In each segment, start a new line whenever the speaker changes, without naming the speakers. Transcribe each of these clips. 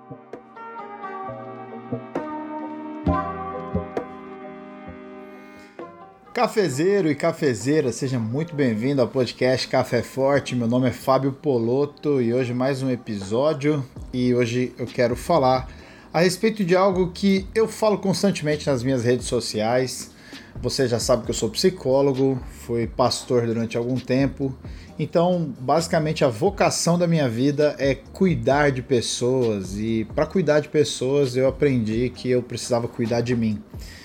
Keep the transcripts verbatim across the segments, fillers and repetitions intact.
Cafezeiro e cafezeira, seja muito bem-vindo ao podcast Café Forte. Meu nome é Fábio Polotto e hoje mais um episódio, e hoje eu quero falar a respeito de algo que eu falo constantemente nas minhas redes sociais. Você já sabe que eu sou psicólogo, fui pastor durante algum tempo, então basicamente a vocação da minha vida é cuidar de pessoas, e para cuidar de pessoas eu aprendi que eu precisava cuidar de mim.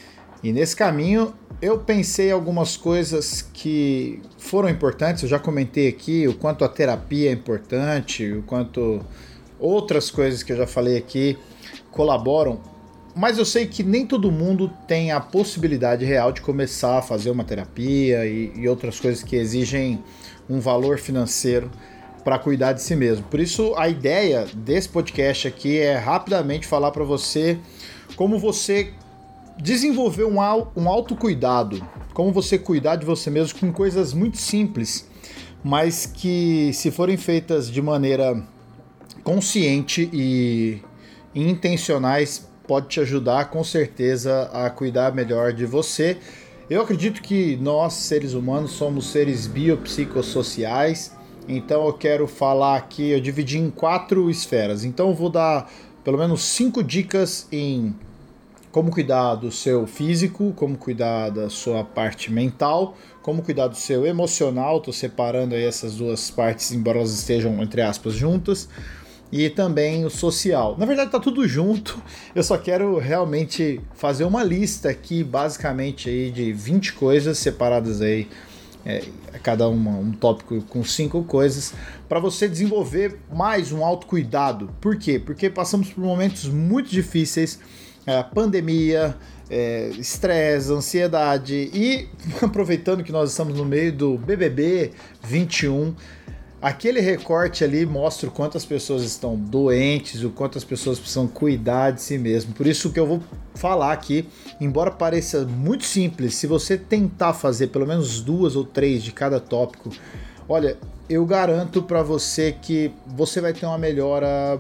E nesse caminho eu pensei algumas coisas que foram importantes. Eu já comentei aqui o quanto a terapia é importante, o quanto outras coisas que eu já falei aqui colaboram, mas eu sei que nem todo mundo tem a possibilidade real de começar a fazer uma terapia e, e outras coisas que exigem um valor financeiro para cuidar de si mesmo. Por isso a ideia desse podcast aqui é rapidamente falar para você como você desenvolver um, um autocuidado, como você cuidar de você mesmo com coisas muito simples, mas que, se forem feitas de maneira consciente e, e intencionais, pode te ajudar com certeza a cuidar melhor de você. Eu acredito que nós, seres humanos, somos seres biopsicossociais, então eu quero falar aqui, eu dividi em quatro esferas, então eu vou dar pelo menos cinco dicas em como cuidar do seu físico, como cuidar da sua parte mental, como cuidar do seu emocional. Estou separando aí essas duas partes, embora elas estejam, entre aspas, juntas, e também o social. Na verdade está tudo junto, eu só quero realmente fazer uma lista aqui, basicamente aí de vinte coisas separadas aí, é, cada uma um tópico com cinco coisas, para você desenvolver mais um autocuidado. Por quê? Porque passamos por momentos muito difíceis, É, pandemia, estresse, é, ansiedade, e aproveitando que nós estamos no meio do B B B vinte e um, aquele recorte ali mostra o quanto as pessoas estão doentes, o quanto as pessoas precisam cuidar de si mesmo. Por isso que eu vou falar aqui, embora pareça muito simples, se você tentar fazer pelo menos duas ou três de cada tópico, olha, eu garanto para você que você vai ter uma melhora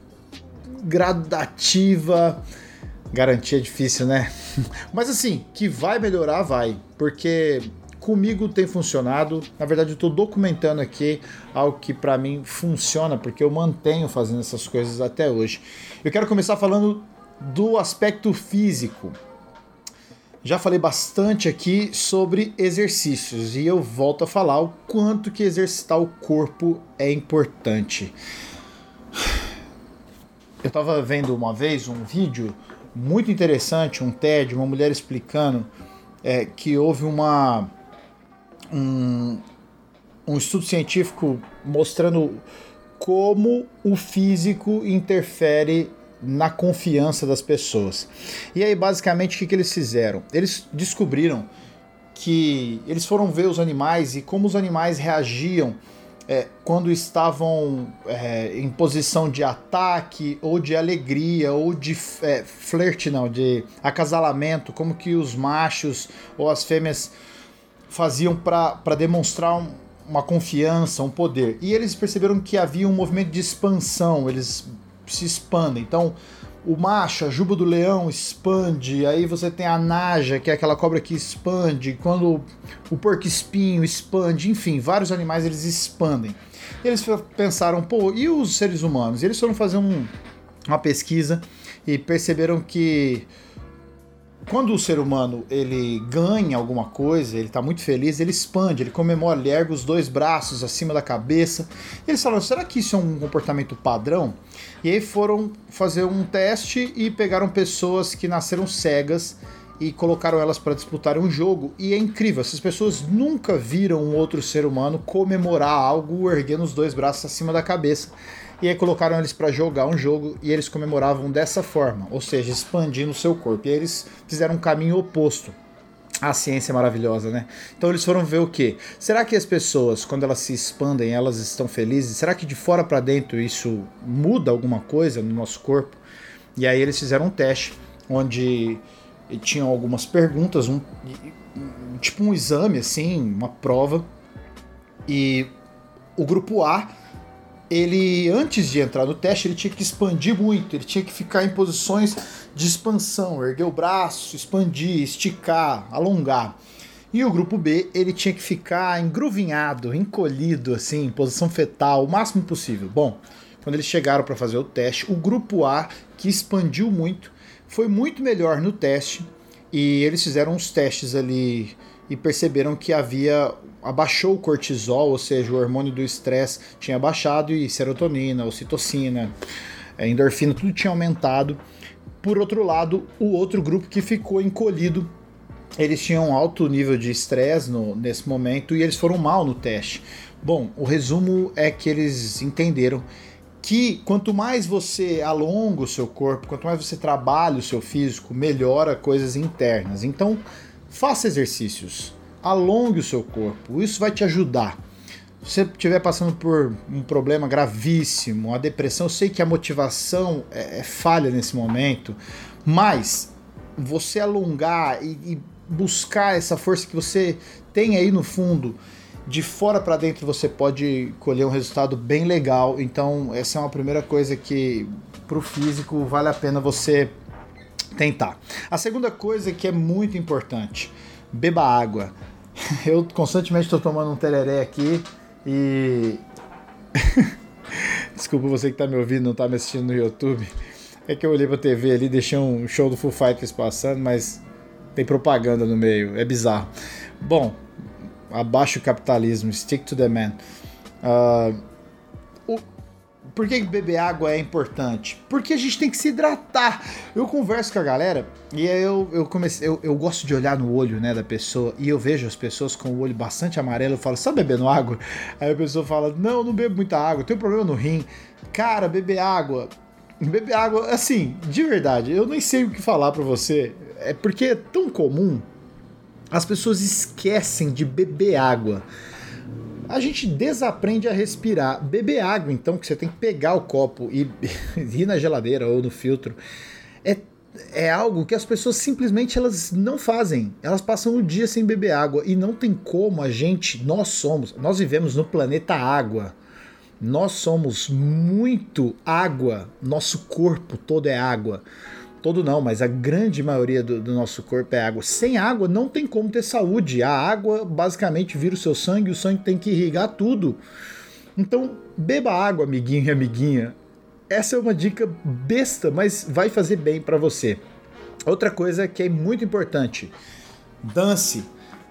gradativa. Garantia é difícil, né? Mas assim, que vai melhorar, vai. Porque comigo tem funcionado. Na verdade, eu estou documentando aqui algo que para mim funciona, porque eu mantenho fazendo essas coisas até hoje. Eu quero começar falando do aspecto físico. Já falei bastante aqui sobre exercícios e eu volto a falar o quanto que exercitar o corpo é importante. Eu estava vendo uma vez um vídeo muito interessante, um TED, uma mulher explicando é, que houve uma, um, um estudo científico mostrando como o físico interfere na confiança das pessoas. E aí, basicamente, o que, que eles fizeram? Eles descobriram que eles foram ver os animais e como os animais reagiam É, quando estavam é, em posição de ataque ou de alegria ou de é, flerte, não, de acasalamento, como que os machos ou as fêmeas faziam para demonstrar um, uma confiança, um poder. E eles perceberam que havia um movimento de expansão, eles se expandem. Então, o macho, a juba do leão expande, aí você tem a naja, que é aquela cobra que expande, quando o porco-espinho expande, enfim, vários animais eles expandem. E eles pensaram, pô, e os seres humanos? E eles foram fazer um, uma pesquisa e perceberam que quando o ser humano ele ganha alguma coisa, ele está muito feliz, ele expande, ele comemora, ele ergue os dois braços acima da cabeça. E eles falaram, será que isso é um comportamento padrão? E aí foram fazer um teste e pegaram pessoas que nasceram cegas e colocaram elas para disputar um jogo. E é incrível, essas pessoas nunca viram um outro ser humano comemorar algo erguendo os dois braços acima da cabeça. E aí colocaram eles para jogar um jogo e eles comemoravam dessa forma, ou seja, expandindo o seu corpo. E aí eles fizeram um caminho oposto. A ciência é maravilhosa, né? Então eles foram ver o quê? Será que as pessoas, quando elas se expandem, elas estão felizes? Será que de fora para dentro isso muda alguma coisa no nosso corpo? E aí eles fizeram um teste, onde tinham algumas perguntas, um, tipo um exame, assim, uma prova. E o grupo A ele, antes de entrar no teste, ele tinha que expandir muito, ele tinha que ficar em posições de expansão, erguer o braço, expandir, esticar, alongar. E o grupo B, ele tinha que ficar engruvinhado, encolhido, assim, em posição fetal, o máximo possível. Bom, quando eles chegaram para fazer o teste, o grupo A, que expandiu muito, foi muito melhor no teste, e eles fizeram uns testes ali e perceberam que havia, abaixou o cortisol, ou seja, o hormônio do estresse tinha baixado, e serotonina, ocitocina, endorfina, tudo tinha aumentado. Por outro lado, o outro grupo que ficou encolhido, eles tinham um alto nível de estresse nesse momento e eles foram mal no teste. Bom, o resumo é que eles entenderam que quanto mais você alonga o seu corpo, quanto mais você trabalha o seu físico, melhora coisas internas. Então, faça exercícios, alongue o seu corpo, isso vai te ajudar. Se você estiver passando por um problema gravíssimo, a depressão, eu sei que a motivação é, é falha nesse momento, mas você alongar e, e buscar essa força que você tem aí no fundo, de fora para dentro você pode colher um resultado bem legal. Então essa é uma primeira coisa que pro físico vale a pena você tentar. A segunda coisa que é muito importante, beba água. Eu constantemente estou tomando um tereré aqui e desculpa você que está me ouvindo, não está me assistindo no YouTube, é que eu olhei para a T V ali, deixei um show do Foo Fighters passando, mas tem propaganda no meio, é bizarro. Bom, abaixo o capitalismo, stick to the man. Uh, o, por que beber água é importante? Porque a gente tem que se hidratar. Eu converso com a galera e aí eu, eu, comecei, eu, eu gosto de olhar no olho, né, da pessoa, e eu vejo as pessoas com o olho bastante amarelo, eu falo, você tá bebendo água? Aí a pessoa fala, não, não bebo muita água, eu tenho problema no rim. Cara, beber água... Beber água, assim, de verdade, eu nem sei o que falar pra você, é porque é tão comum, as pessoas esquecem de beber água. A gente desaprende a respirar. Beber água, então, que você tem que pegar o copo e ir na geladeira ou no filtro, é, é algo que as pessoas simplesmente elas não fazem. Elas passam o dia sem beber água e não tem como a gente, nós somos, nós vivemos no planeta água. Nós somos muito água, nosso corpo todo é água. Todo não, mas a grande maioria do, do nosso corpo é água. Sem água não tem como ter saúde. A água basicamente vira o seu sangue, o sangue tem que irrigar tudo. Então, beba água, amiguinho e amiguinha. Essa é uma dica besta, mas vai fazer bem para você. Outra coisa que é muito importante, dance.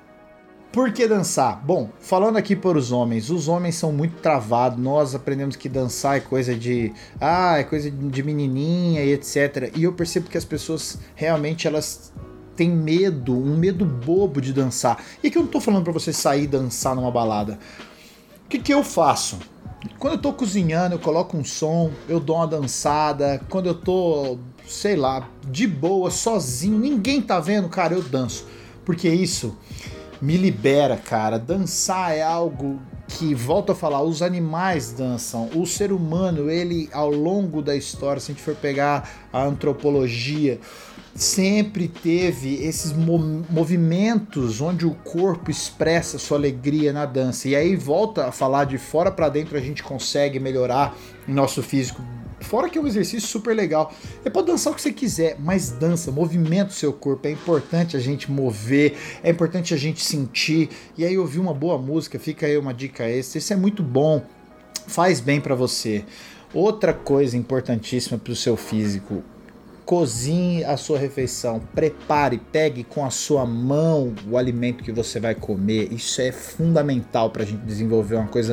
Por que dançar? Bom, falando aqui para os homens, os homens são muito travados, nós aprendemos que dançar é coisa de, ah, é coisa de menininha e etcétera. E eu percebo que as pessoas realmente elas têm medo, um medo bobo de dançar. E que eu não tô falando para você sair e dançar numa balada. O que que eu faço? Quando eu tô cozinhando, eu coloco um som, eu dou uma dançada. Quando eu tô, sei lá, de boa, sozinho, ninguém tá vendo, cara, eu danço. Porque isso me libera, cara. Dançar é algo que, volto a falar, os animais dançam. O ser humano, ele, ao longo da história, se a gente for pegar a antropologia, sempre teve esses mo- movimentos onde o corpo expressa sua alegria na dança. E aí volta a falar de fora para dentro, a gente consegue melhorar o nosso físico. Fora que é um exercício super legal. Você pode dançar o que você quiser, mas dança, movimenta o seu corpo. É importante a gente mover, é importante a gente sentir. E aí ouvir uma boa música, fica aí uma dica extra. Isso é muito bom, faz bem para você. Outra coisa importantíssima para o seu físico: cozinhe a sua refeição, prepare, pegue com a sua mão o alimento que você vai comer. Isso é fundamental para a gente desenvolver uma coisa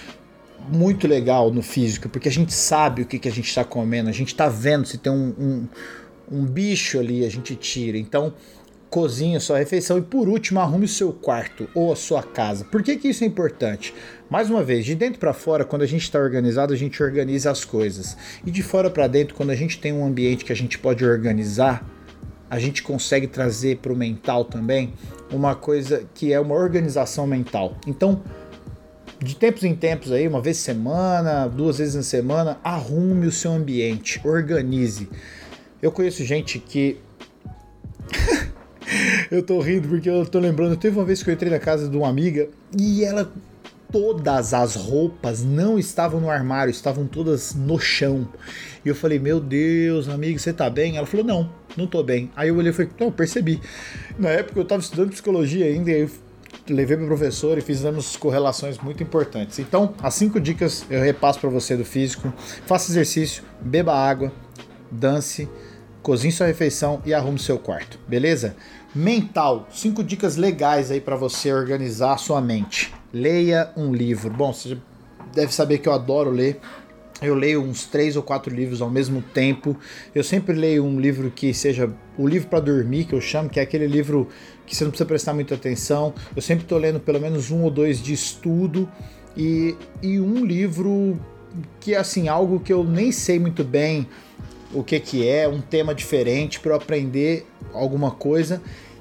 muito legal no físico, porque a gente sabe o que, que a gente está comendo, a gente está vendo se tem um, um, um bicho ali, a gente tira. Então, cozinhe a sua refeição e, por último, arrume o seu quarto ou a sua casa. Por que que isso é importante? Mais uma vez, de dentro para fora, quando a gente está organizado, a gente organiza as coisas. E de fora para dentro, quando a gente tem um ambiente que a gente pode organizar, a gente consegue trazer para o mental também uma coisa que é uma organização mental. Então, de tempos em tempos aí, uma vez por semana, duas vezes na semana, arrume o seu ambiente, organize. Eu conheço gente que... eu tô rindo porque eu tô lembrando, teve uma vez que eu entrei na casa de uma amiga e ela todas as roupas não estavam no armário, estavam todas no chão. E eu falei, meu Deus, amigo, você tá bem? Ela falou, não, não tô bem. Aí eu olhei e falei, não, percebi. Na época eu tava estudando psicologia ainda, e aí eu levei pro professor e fizemos correlações muito importantes. Então, as cinco dicas eu repasso para você do físico. Faça exercício, beba água, dance, cozinhe sua refeição e arrume seu quarto, beleza? Mental, cinco dicas legais aí para você organizar a sua mente. Leia um livro. Bom, você deve saber que eu adoro ler. Eu leio uns três ou quatro livros ao mesmo tempo. Eu sempre leio um livro que seja o livro para dormir, que eu chamo, que é aquele livro que você não precisa prestar muita atenção. Eu sempre estou lendo pelo menos um ou dois de estudo e, e um livro que é assim, algo que eu nem sei muito bem o que, que é, um tema diferente para eu aprender alguma coisa.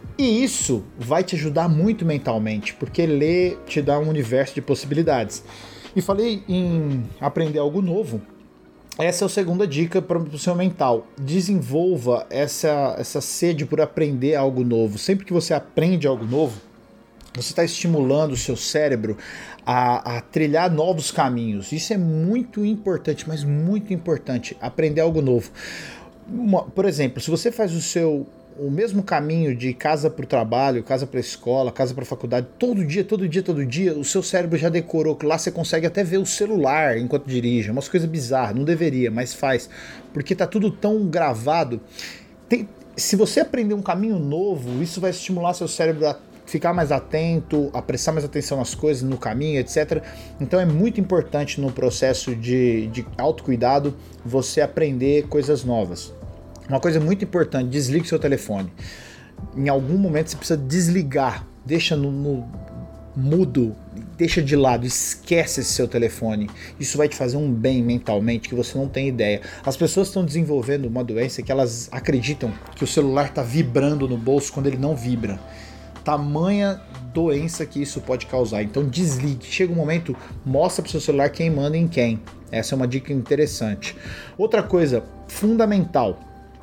E isso vai te ajudar muito mentalmente, porque ler te dá um universo de possibilidades. E falei em aprender algo novo. Essa é a segunda dica para o seu mental. Desenvolva essa, essa sede por aprender algo novo. Sempre que você aprende algo novo, você está estimulando o seu cérebro a, a trilhar novos caminhos. Isso é muito importante, mas muito importante, aprender algo novo. Uma, por exemplo, se você faz o seu o mesmo caminho de casa para o trabalho, casa para a escola, casa para a faculdade, todo dia, todo dia, todo dia, o seu cérebro já decorou que lá você consegue até ver o celular enquanto dirige, umas coisas bizarras, não deveria, mas faz, porque tá tudo tão gravado. Tem, se você aprender um caminho novo, isso vai estimular seu cérebro a ficar mais atento, a prestar mais atenção nas coisas, no caminho, etcétera. Então é muito importante no processo de, de autocuidado você aprender coisas novas. Uma coisa muito importante, desligue seu telefone. Em algum momento você precisa desligar, deixa no, no mudo, deixa de lado, esquece esse seu telefone. Isso vai te fazer um bem mentalmente que você não tem ideia. As pessoas estão desenvolvendo uma doença que elas acreditam que o celular está vibrando no bolso quando ele não vibra. Tamanha doença que isso pode causar. Então desligue. Chega um momento, mostra para o seu celular quem manda em quem. Essa é uma dica interessante. Outra coisa fundamental,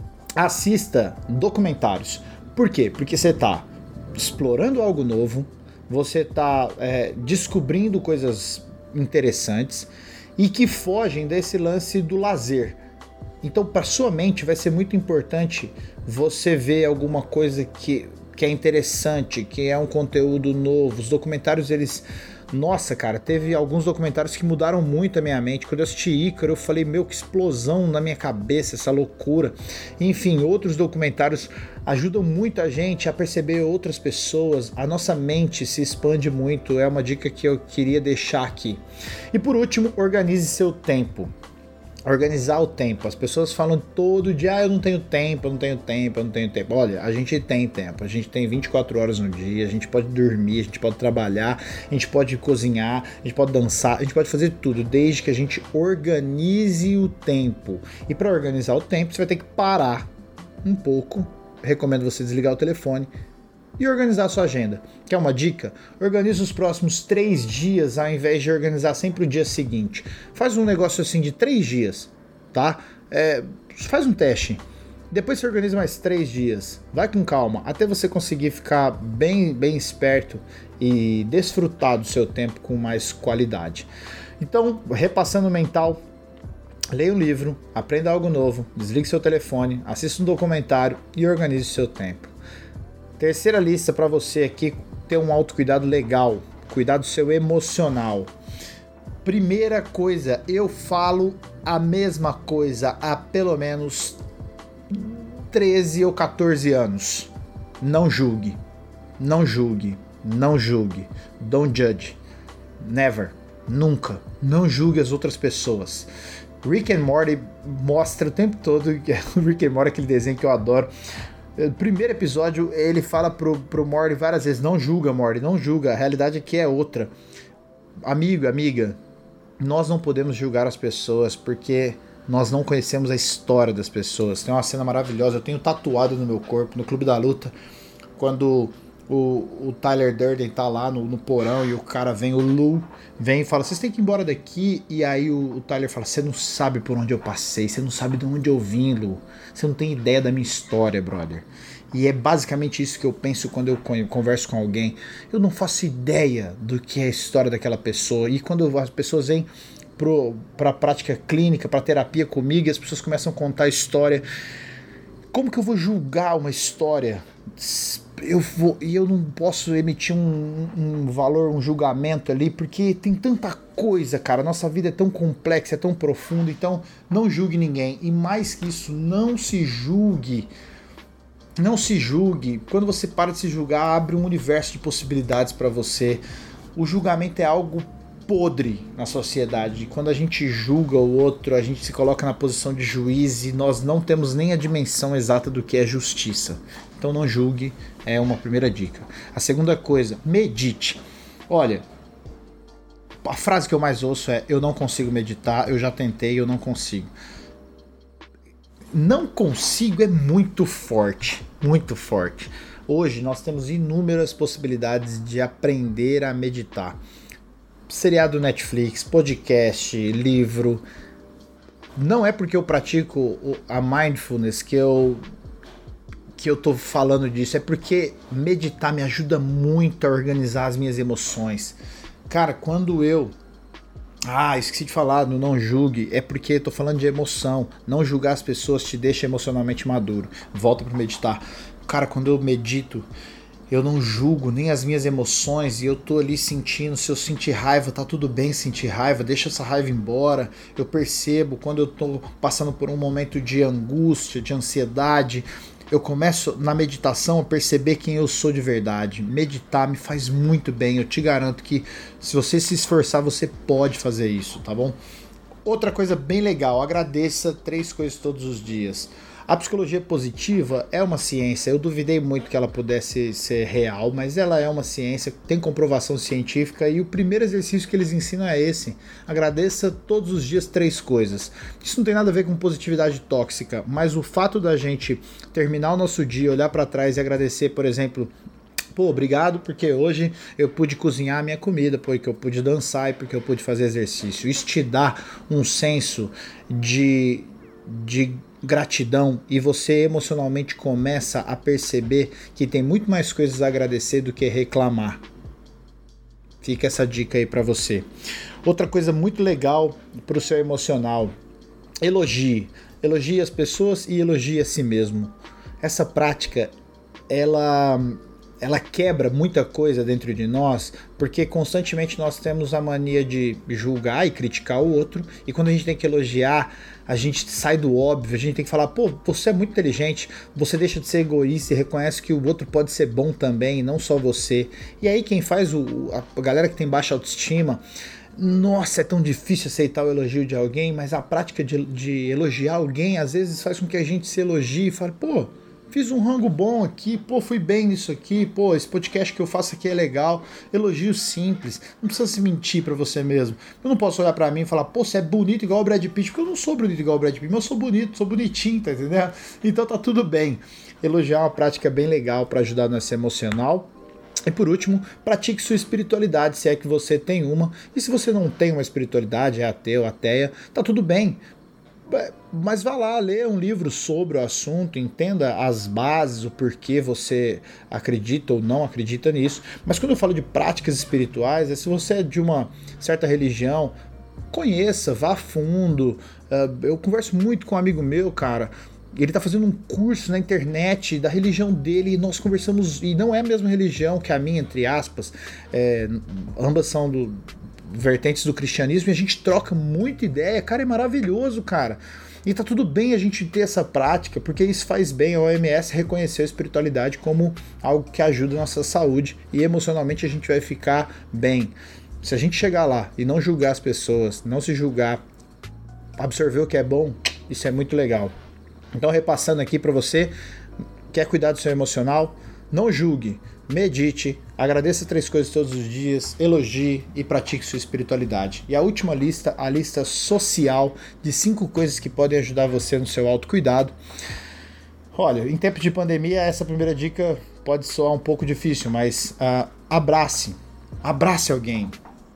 assista documentários. Por quê? Porque você está explorando algo novo, você está é, descobrindo coisas interessantes e que fogem desse lance do lazer. Então, para sua mente vai ser muito importante você ver alguma coisa que, que é interessante, que é um conteúdo novo. Os documentários, eles... Nossa, cara, teve alguns documentários que mudaram muito a minha mente. Quando eu assisti Ícaro, eu falei, meu, que explosão na minha cabeça, essa loucura. Enfim, outros documentários ajudam muito a gente a perceber outras pessoas. A nossa mente se expande muito, é uma dica que eu queria deixar aqui. E por último, organize seu tempo. Organizar o tempo. As pessoas falam todo dia, ah, eu não tenho tempo, eu não tenho tempo, eu não tenho tempo. Olha, a gente tem tempo, a gente tem vinte e quatro horas no dia, a gente pode dormir, a gente pode trabalhar, a gente pode cozinhar, a gente pode dançar, a gente pode fazer tudo, desde que a gente organize o tempo. E para organizar o tempo, você vai ter que parar um pouco. Recomendo você desligar o telefone e organizar a sua agenda. Quer uma dica? Organiza os próximos três dias ao invés de organizar sempre o dia seguinte. Faz um negócio assim de três dias, tá? É, faz um teste. Depois você organiza mais três dias. Vai com calma, até você conseguir ficar bem, bem esperto e desfrutar do seu tempo com mais qualidade. Então, repassando o mental, leia um livro, aprenda algo novo, desligue seu telefone, assista um documentário e organize o seu tempo. Terceira lista para você aqui ter um autocuidado legal, cuidar do seu emocional. Primeira coisa, eu falo a mesma coisa há pelo menos treze ou quatorze anos. Não julgue, não julgue, não julgue. Don't judge. Never, nunca. Não julgue as outras pessoas. Rick and Morty mostra o tempo todo, o Rick and Morty é aquele desenho que eu adoro. No primeiro episódio, ele fala pro, pro Morty várias vezes, não julga, Morty, não julga, a realidade aqui é outra. Amigo, amiga, nós não podemos julgar as pessoas porque nós não conhecemos a história das pessoas. Tem uma cena maravilhosa, eu tenho tatuado no meu corpo, no Clube da Luta, quando o, o Tyler Durden tá lá no, no porão e o cara vem, o Lou, vem e fala, vocês têm que ir embora daqui, e aí o, o Tyler fala, você não sabe por onde eu passei, você não sabe de onde eu vim, Lou, você não tem ideia da minha história, brother. E é basicamente isso que eu penso quando eu converso com alguém. Eu não faço ideia do que é a história daquela pessoa. E quando as pessoas vêm para a prática clínica, para terapia comigo, e as pessoas começam a contar a história, como que eu vou julgar uma história? Eu vou, e eu não posso emitir um, um valor, um julgamento ali, porque tem tanta coisa, cara. Nossa vida é tão complexa, é tão profunda. Então não julgue ninguém. E mais que isso, não se julgue. Não se julgue. Quando você para de se julgar, abre um universo de possibilidades para você. O julgamento é algo podre na sociedade. Quando a gente julga o outro, a gente se coloca na posição de juiz e nós não temos nem a dimensão exata do que é justiça. Então não julgue, é uma primeira dica. A segunda coisa, medite. Olha, a frase que eu mais ouço é: eu não consigo meditar, eu já tentei, eu não consigo. Não consigo é muito forte, muito forte. Hoje nós temos inúmeras possibilidades de aprender a meditar. Seriado Netflix, podcast, livro. Não é porque eu pratico a mindfulness que eu que eu tô falando disso, é porque meditar me ajuda muito a organizar as minhas emoções. Cara, quando eu Ah, esqueci de falar, no não julgue, é porque eu tô falando de emoção. Não julgar as pessoas te deixa emocionalmente maduro. Volta pro meditar. Cara, quando eu medito, eu não julgo nem as minhas emoções e eu tô ali sentindo, se eu sentir raiva, tá tudo bem sentir raiva, deixa essa raiva embora. Eu percebo quando eu tô passando por um momento de angústia, de ansiedade, eu começo na meditação a perceber quem eu sou de verdade. Meditar me faz muito bem, eu te garanto que se você se esforçar, você pode fazer isso, tá bom? Outra coisa bem legal, agradeça três coisas todos os dias. A psicologia positiva é uma ciência, eu duvidei muito que ela pudesse ser real, mas ela é uma ciência, tem comprovação científica e o primeiro exercício que eles ensinam é esse: agradeça todos os dias três coisas. Isso não tem nada a ver com positividade tóxica, mas o fato da gente terminar o nosso dia, olhar para trás e agradecer, por exemplo, pô, obrigado porque hoje eu pude cozinhar a minha comida, porque eu pude dançar e porque eu pude fazer exercício. Isso te dá um senso de, de gratidão e você emocionalmente começa a perceber que tem muito mais coisas a agradecer do que reclamar. Fica essa dica aí pra você. Outra coisa muito legal pro seu emocional: elogie. Elogie as pessoas e elogie a si mesmo. Essa prática, ela... ela quebra muita coisa dentro de nós, porque constantemente nós temos a mania de julgar e criticar o outro, e quando a gente tem que elogiar, a gente sai do óbvio, a gente tem que falar, pô, você é muito inteligente, você deixa de ser egoísta e reconhece que o outro pode ser bom também, não só você. E aí quem faz, o, a galera que tem baixa autoestima, nossa, é tão difícil aceitar o elogio de alguém, mas a prática de, de elogiar alguém, às vezes faz com que a gente se elogie e fale, pô, fiz um rango bom aqui, pô, fui bem nisso aqui, pô, esse podcast que eu faço aqui é legal. Elogio simples, não precisa se mentir pra você mesmo. Eu não posso olhar pra mim e falar, pô, você é bonito igual o Brad Pitt, porque eu não sou bonito igual o Brad Pitt, mas eu sou bonito, sou bonitinho, tá entendendo? Então tá tudo bem. Elogiar é uma prática bem legal pra ajudar nessa emocional. E por último, pratique sua espiritualidade, se é que você tem uma. E se você não tem uma espiritualidade, é ateu, ateia, tá tudo bem. Mas vá lá, lê um livro sobre o assunto, entenda as bases, o porquê você acredita ou não acredita nisso. Mas quando eu falo de práticas espirituais, é se você é de uma certa religião, conheça, vá a fundo. Eu converso muito com um amigo meu, cara. Ele tá fazendo um curso na internet da religião dele e nós conversamos, e não é a mesma religião que a minha, entre aspas, é, ambas são do... vertentes do cristianismo, e a gente troca muita ideia, cara, é maravilhoso, cara. E tá tudo bem a gente ter essa prática, porque isso faz bem. A O M S reconheceu a espiritualidade como algo que ajuda a nossa saúde e emocionalmente a gente vai ficar bem. Se a gente chegar lá e não julgar as pessoas, não se julgar, absorver o que é bom, isso é muito legal. Então, repassando aqui pra você, quer cuidar do seu emocional? Não julgue, medite, agradeça três coisas todos os dias, elogie e pratique sua espiritualidade. E a última lista, a lista social de cinco coisas que podem ajudar você no seu autocuidado. Olha, em tempo de pandemia, essa primeira dica pode soar um pouco difícil, mas uh, abrace. Abrace alguém.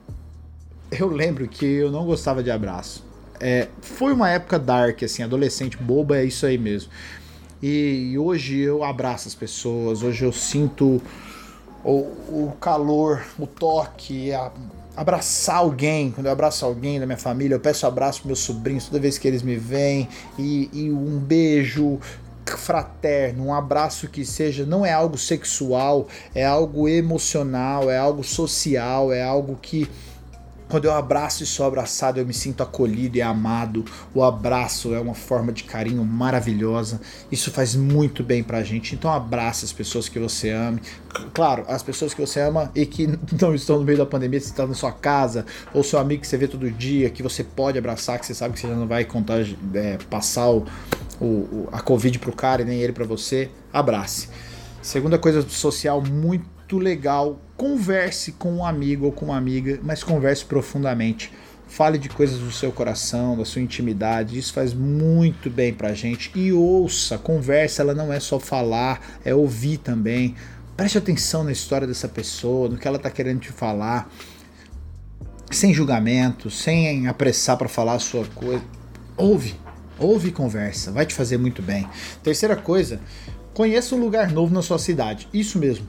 Eu lembro que eu não gostava de abraço. É, foi uma época dark, assim, adolescente boba, é isso aí mesmo. E, e hoje eu abraço as pessoas, hoje eu sinto o, o calor, o toque, a, abraçar alguém. Quando eu abraço alguém da minha família, eu peço abraço para meus sobrinhos toda vez que eles me veem, e, e um beijo fraterno, um abraço que seja, não é algo sexual, é algo emocional, é algo social, é algo que quando eu abraço e sou abraçado eu me sinto acolhido e amado. O abraço é uma forma de carinho maravilhosa, isso faz muito bem pra gente, então abrace as pessoas que você ama, claro, as pessoas que você ama e que não estão no meio da pandemia, você está na sua casa, ou seu amigo que você vê todo dia, que você pode abraçar, que você sabe que você já não vai contar, é, passar o O, a Covid pro cara e nem ele pra você, abrace. Segunda coisa social muito legal, converse com um amigo ou com uma amiga, mas converse profundamente. Fale de coisas do seu coração, da sua intimidade, isso faz muito bem pra gente. E ouça, conversa, ela não é só falar, é ouvir também. Preste atenção na história dessa pessoa, no que ela tá querendo te falar, sem julgamento, sem apressar pra falar a sua coisa. Ouve. Ouve e conversa, vai te fazer muito bem. Terceira coisa, conheça um lugar novo na sua cidade. Isso mesmo.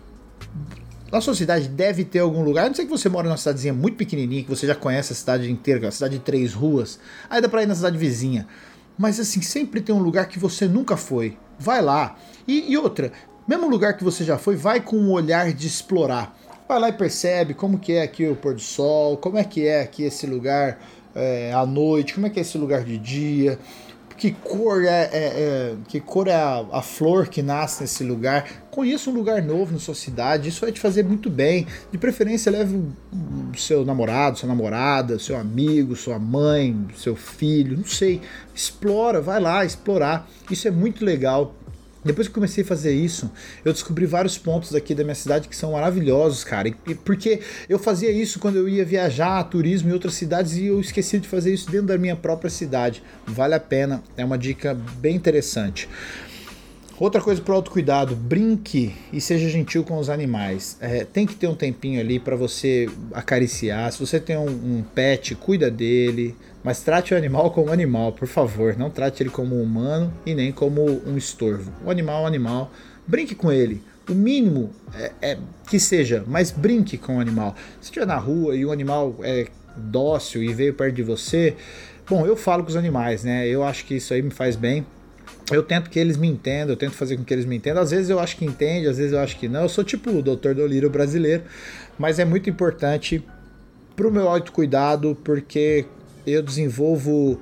Na sua cidade deve ter algum lugar, a não ser que você mora numa cidadezinha muito pequenininha, que você já conhece a cidade inteira, a cidade de três ruas, aí dá pra ir na cidade vizinha. Mas assim, sempre tem um lugar que você nunca foi. Vai lá. E, e outra, mesmo lugar que você já foi, vai com um olhar de explorar. Vai lá e percebe como que é aqui o pôr do sol, como é que é aqui esse lugar é, à noite, como é que é esse lugar de dia. Que cor é, é, é, que cor é a, a flor que nasce nesse lugar. Conheça um lugar novo na sua cidade, isso vai te fazer muito bem. De preferência, leve o, o seu namorado, sua namorada, seu amigo, sua mãe, seu filho, não sei. Explora, vai lá explorar. Isso é muito legal. Depois que eu comecei a fazer isso, eu descobri vários pontos aqui da minha cidade que são maravilhosos, cara. E, porque eu fazia isso quando eu ia viajar, turismo em outras cidades, e eu esqueci de fazer isso dentro da minha própria cidade. Vale a pena, é uma dica bem interessante. Outra coisa pro autocuidado, brinque e seja gentil com os animais. É, tem que ter um tempinho ali para você acariciar. Se você tem um, um pet, cuida dele, mas trate o animal como animal, por favor. Não trate ele como humano e nem como um estorvo. O animal é um animal, brinque com ele. O mínimo é, é que seja, mas brinque com o animal. Se estiver na rua e o animal é dócil e veio perto de você, bom, eu falo com os animais, né? Eu acho que isso aí me faz bem. Eu tento que eles me entendam, eu tento fazer com que eles me entendam. Às vezes eu acho que entende, às vezes eu acho que não. Eu sou tipo o doutor Dolittle brasileiro, mas é muito importante pro meu autocuidado, porque eu desenvolvo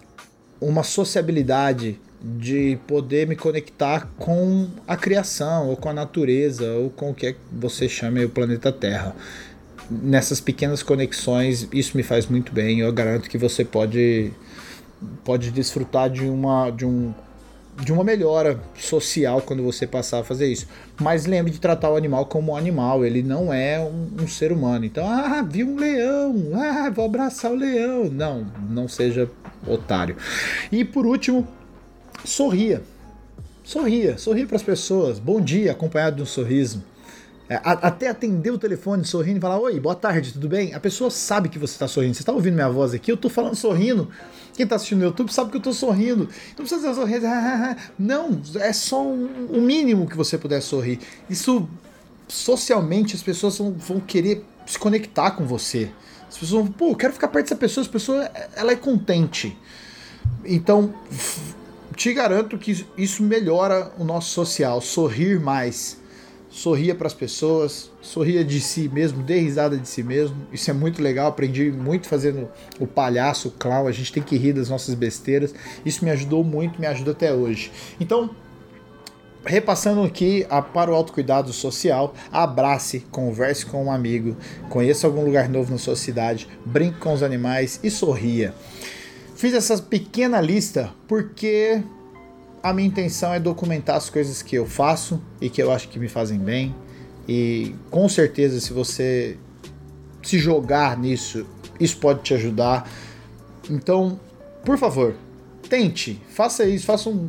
uma sociabilidade de poder me conectar com a criação, ou com a natureza, ou com o que você chame o planeta Terra. Nessas pequenas conexões, isso me faz muito bem. Eu garanto que você pode, pode desfrutar de uma... De um, de uma melhora social quando você passar a fazer isso. Mas lembre de tratar o animal como um animal, ele não é um, um ser humano. Então, ah, vi um leão, ah, vou abraçar o leão. Não, não seja otário. E por último, sorria. Sorria, sorria para as pessoas. Bom dia, acompanhado de um sorriso. É, a, até atender o telefone sorrindo e falar: oi, boa tarde, tudo bem? A pessoa sabe que você está sorrindo. Você está ouvindo minha voz aqui? Eu estou falando sorrindo. Quem está assistindo no YouTube sabe que eu estou sorrindo. Não precisa dizer sorrindo. Não, é só o um, mínimo que você puder sorrir. Isso, socialmente, as pessoas vão, vão querer se conectar com você. As pessoas vão, pô, eu quero ficar perto dessa pessoa. Essa pessoa, ela é contente. Então, te garanto que isso melhora o nosso social. Sorrir mais. Sorria para as pessoas, sorria de si mesmo, dê risada de si mesmo. Isso é muito legal, aprendi muito fazendo o palhaço, o clown. A gente tem que rir das nossas besteiras. Isso me ajudou muito, me ajuda até hoje. Então, repassando aqui a, para o autocuidado social, abrace, converse com um amigo, conheça algum lugar novo na sua cidade, brinque com os animais e sorria. Fiz essa pequena lista porque a minha intenção é documentar as coisas que eu faço e que eu acho que me fazem bem. E com certeza, se você se jogar nisso, isso pode te ajudar. Então, por favor, tente, faça isso, faça um,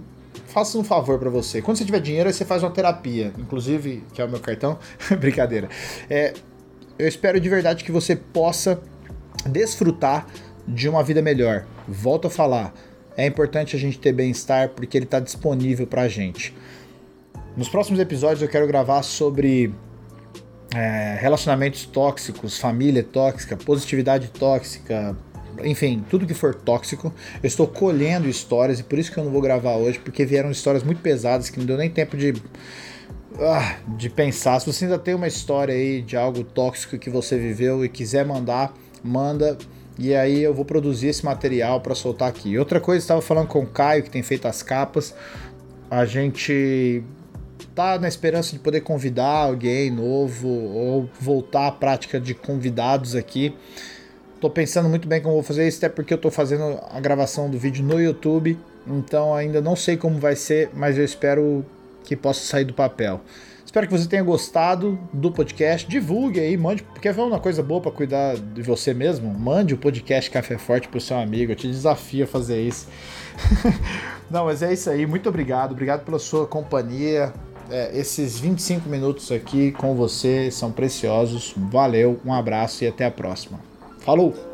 faça um favor para você. Quando você tiver dinheiro, aí você faz uma terapia. Inclusive, que é o meu cartão. Brincadeira. É, eu espero de verdade que você possa desfrutar de uma vida melhor. Volto a falar. É importante a gente ter bem-estar porque ele está disponível pra gente. Nos próximos episódios eu quero gravar sobre é, relacionamentos tóxicos, família tóxica, positividade tóxica, enfim, tudo que for tóxico. Eu estou colhendo histórias e por isso que eu não vou gravar hoje, porque vieram histórias muito pesadas que não deu nem tempo de, ah, de pensar. Se você ainda tem uma história aí de algo tóxico que você viveu e quiser mandar, manda. E aí eu vou produzir esse material para soltar aqui. Outra coisa, estava falando com o Caio, que tem feito as capas. A gente tá na esperança de poder convidar alguém novo ou voltar à prática de convidados aqui. Tô pensando muito bem como vou fazer isso, até porque eu tô fazendo a gravação do vídeo no YouTube, então ainda não sei como vai ser, mas eu espero que possa sair do papel. Espero que você tenha gostado do podcast, divulgue aí, mande, porque é uma coisa boa para cuidar de você mesmo, mande o podcast Café Forte pro seu amigo, eu te desafio a fazer isso. Não, mas é isso aí, muito obrigado, obrigado pela sua companhia, é, esses vinte e cinco minutos aqui com você são preciosos, valeu, um abraço e até a próxima. Falou!